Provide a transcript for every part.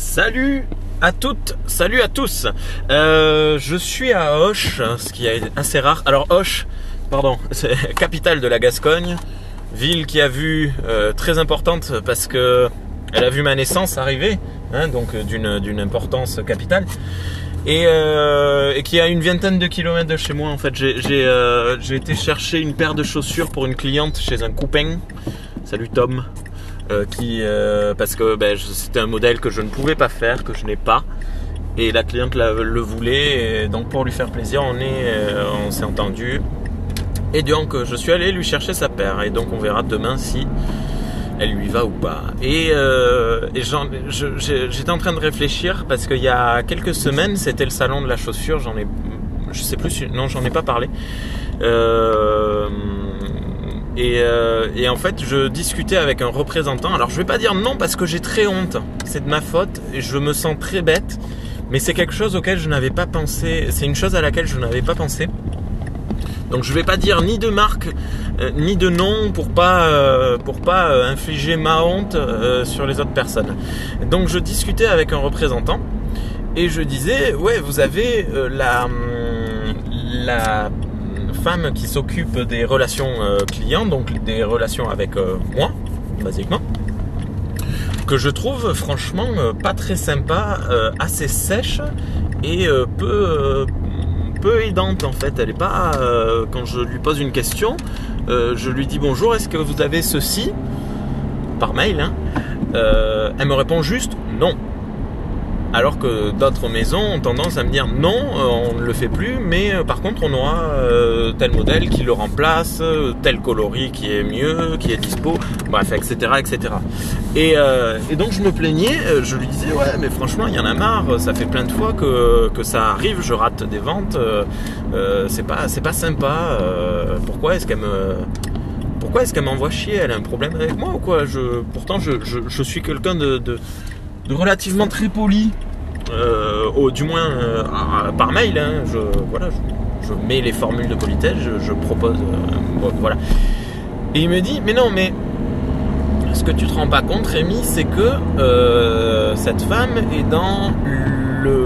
Salut à toutes, salut à tous. Je suis à Auch, ce qui est assez rare. Alors Auch, pardon, c'est capitale de la Gascogne, ville qui a vu très importante parce que elle a vu ma naissance arriver, donc d'une importance capitale. Et qui a une vingtaine de kilomètres de chez moi. En fait, j'ai été chercher une paire de chaussures pour une cliente chez un copain. Salut Tom. Parce que c'était un modèle que je ne pouvais pas faire, que je n'ai pas, et la cliente le voulait, et donc pour lui faire plaisir, on s'est entendu, et donc je suis allé lui chercher sa paire, et donc on verra demain si elle lui va ou pas. Et j'étais en train de réfléchir parce qu'il y a quelques semaines, c'était le salon de la chaussure. J'en ai pas parlé. Et en fait, je discutais avec un représentant. Alors, je vais pas dire non parce que j'ai très honte. C'est de ma faute et je me sens très bête. Mais c'est quelque chose auquel je n'avais pas pensé. C'est une chose à laquelle je n'avais pas pensé. Donc, je vais pas dire ni de marque ni de nom pour pas infliger ma honte sur les autres personnes. Donc, je discutais avec un représentant et je disais, ouais, vous avez la femme qui s'occupe des relations clients, donc des relations avec moi, basiquement, que je trouve franchement pas très sympa, assez sèche et peu aidante en fait. Elle est pas, quand je lui pose une question, je lui dis bonjour, est-ce que vous avez ceci, par mail, elle me répond juste non. Alors que d'autres maisons ont tendance à me dire non, on ne le fait plus, mais par contre on aura tel modèle qui le remplace, tel coloris qui est mieux, qui est dispo, bref, etc. etc. Et donc je me plaignais, je lui disais ouais mais franchement il y en a marre, ça fait plein de fois que ça arrive, je rate des ventes, c'est pas sympa, pourquoi est-ce qu'elle m'envoie chier, elle a un problème avec moi ou quoi? Pourtant je suis quelqu'un de relativement très poli, du moins par mail, je mets les formules de politesse, je propose, voilà. Et il me dit mais non, mais ce que tu te rends pas compte, Rémi, c'est que cette femme est dans le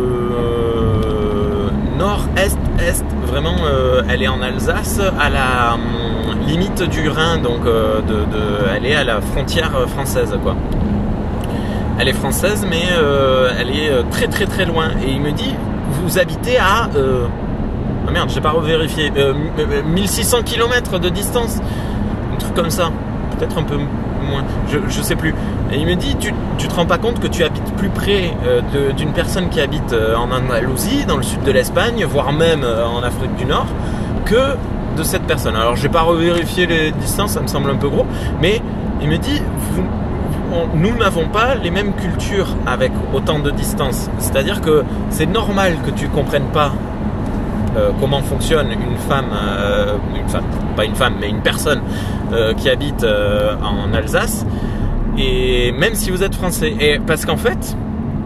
nord-est, vraiment, elle est en Alsace, à la limite du Rhin, donc elle est à la frontière française, quoi. Elle est française, mais elle est très très très loin. Et il me dit, vous habitez à... Ah merde, j'ai pas revérifié. 1600 km de distance. Un truc comme ça. Peut-être un peu moins. Je sais plus. Et il me dit, tu te rends pas compte que tu habites plus près d'une personne qui habite en Andalousie, dans le sud de l'Espagne, voire même en Afrique du Nord, que de cette personne. Alors, j'ai pas revérifié les distances, ça me semble un peu gros. Mais il me dit, nous n'avons pas les mêmes cultures avec autant de distance. C'est-à-dire que c'est normal que tu comprennes pas comment fonctionne une femme, pas une femme, mais une personne qui habite en Alsace, et même si vous êtes français. Et parce qu'en fait,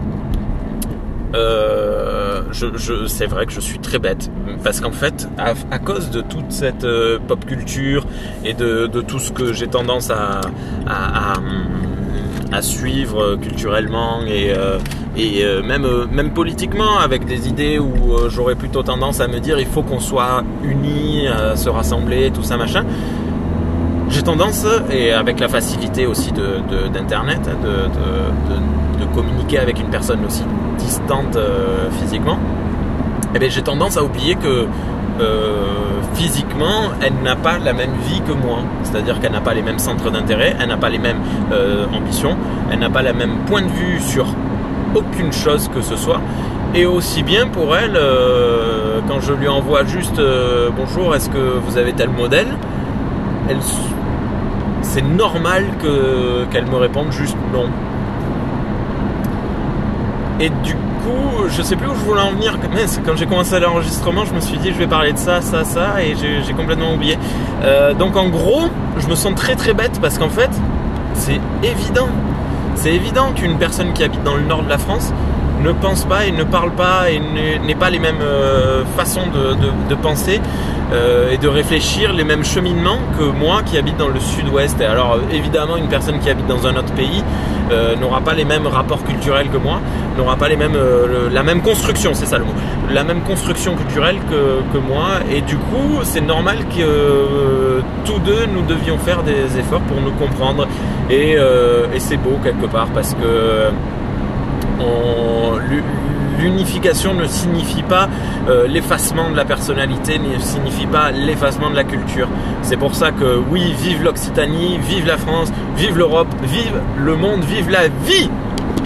c'est vrai que je suis très bête, parce qu'en fait, à cause de toute cette pop culture et de tout ce que j'ai tendance à suivre culturellement et même politiquement, avec des idées où j'aurais plutôt tendance à me dire il faut qu'on soit unis, se rassembler, tout ça machin. J'ai tendance, et avec la facilité aussi d'internet, de communiquer avec une personne aussi distante physiquement, j'ai tendance à oublier que physiquement, elle n'a pas la même vie que moi. C'est-à-dire qu'elle n'a pas les mêmes centres d'intérêt, elle n'a pas les mêmes ambitions, elle n'a pas le même point de vue sur aucune chose que ce soit. Et aussi bien pour elle, quand je lui envoie juste bonjour, est-ce que vous avez tel modèle, c'est normal qu'elle me réponde juste non. Et du coup, je sais plus où je voulais en venir. Mais quand j'ai commencé l'enregistrement, je me suis dit je vais parler de ça, et j'ai complètement oublié. Donc en gros, je me sens très très bête parce qu'en fait, c'est évident qu'une personne qui habite dans le nord de la France ne pense pas et ne parle pas et n'est pas les mêmes façons de penser et de réfléchir, les mêmes cheminements que moi qui habite dans le sud-ouest. Et alors évidemment, une personne qui habite dans un autre pays n'aura pas les mêmes rapports culturels que moi, n'aura pas les mêmes, la même construction, c'est ça le mot, la même construction culturelle que moi, et du coup c'est normal que tous deux nous devions faire des efforts pour nous comprendre, et c'est beau quelque part parce que l'unification ne signifie pas l'effacement de la personnalité, ne signifie pas l'effacement de la culture. C'est pour ça que oui, vive l'Occitanie, vive la France, vive l'Europe, vive le monde, vive la vie!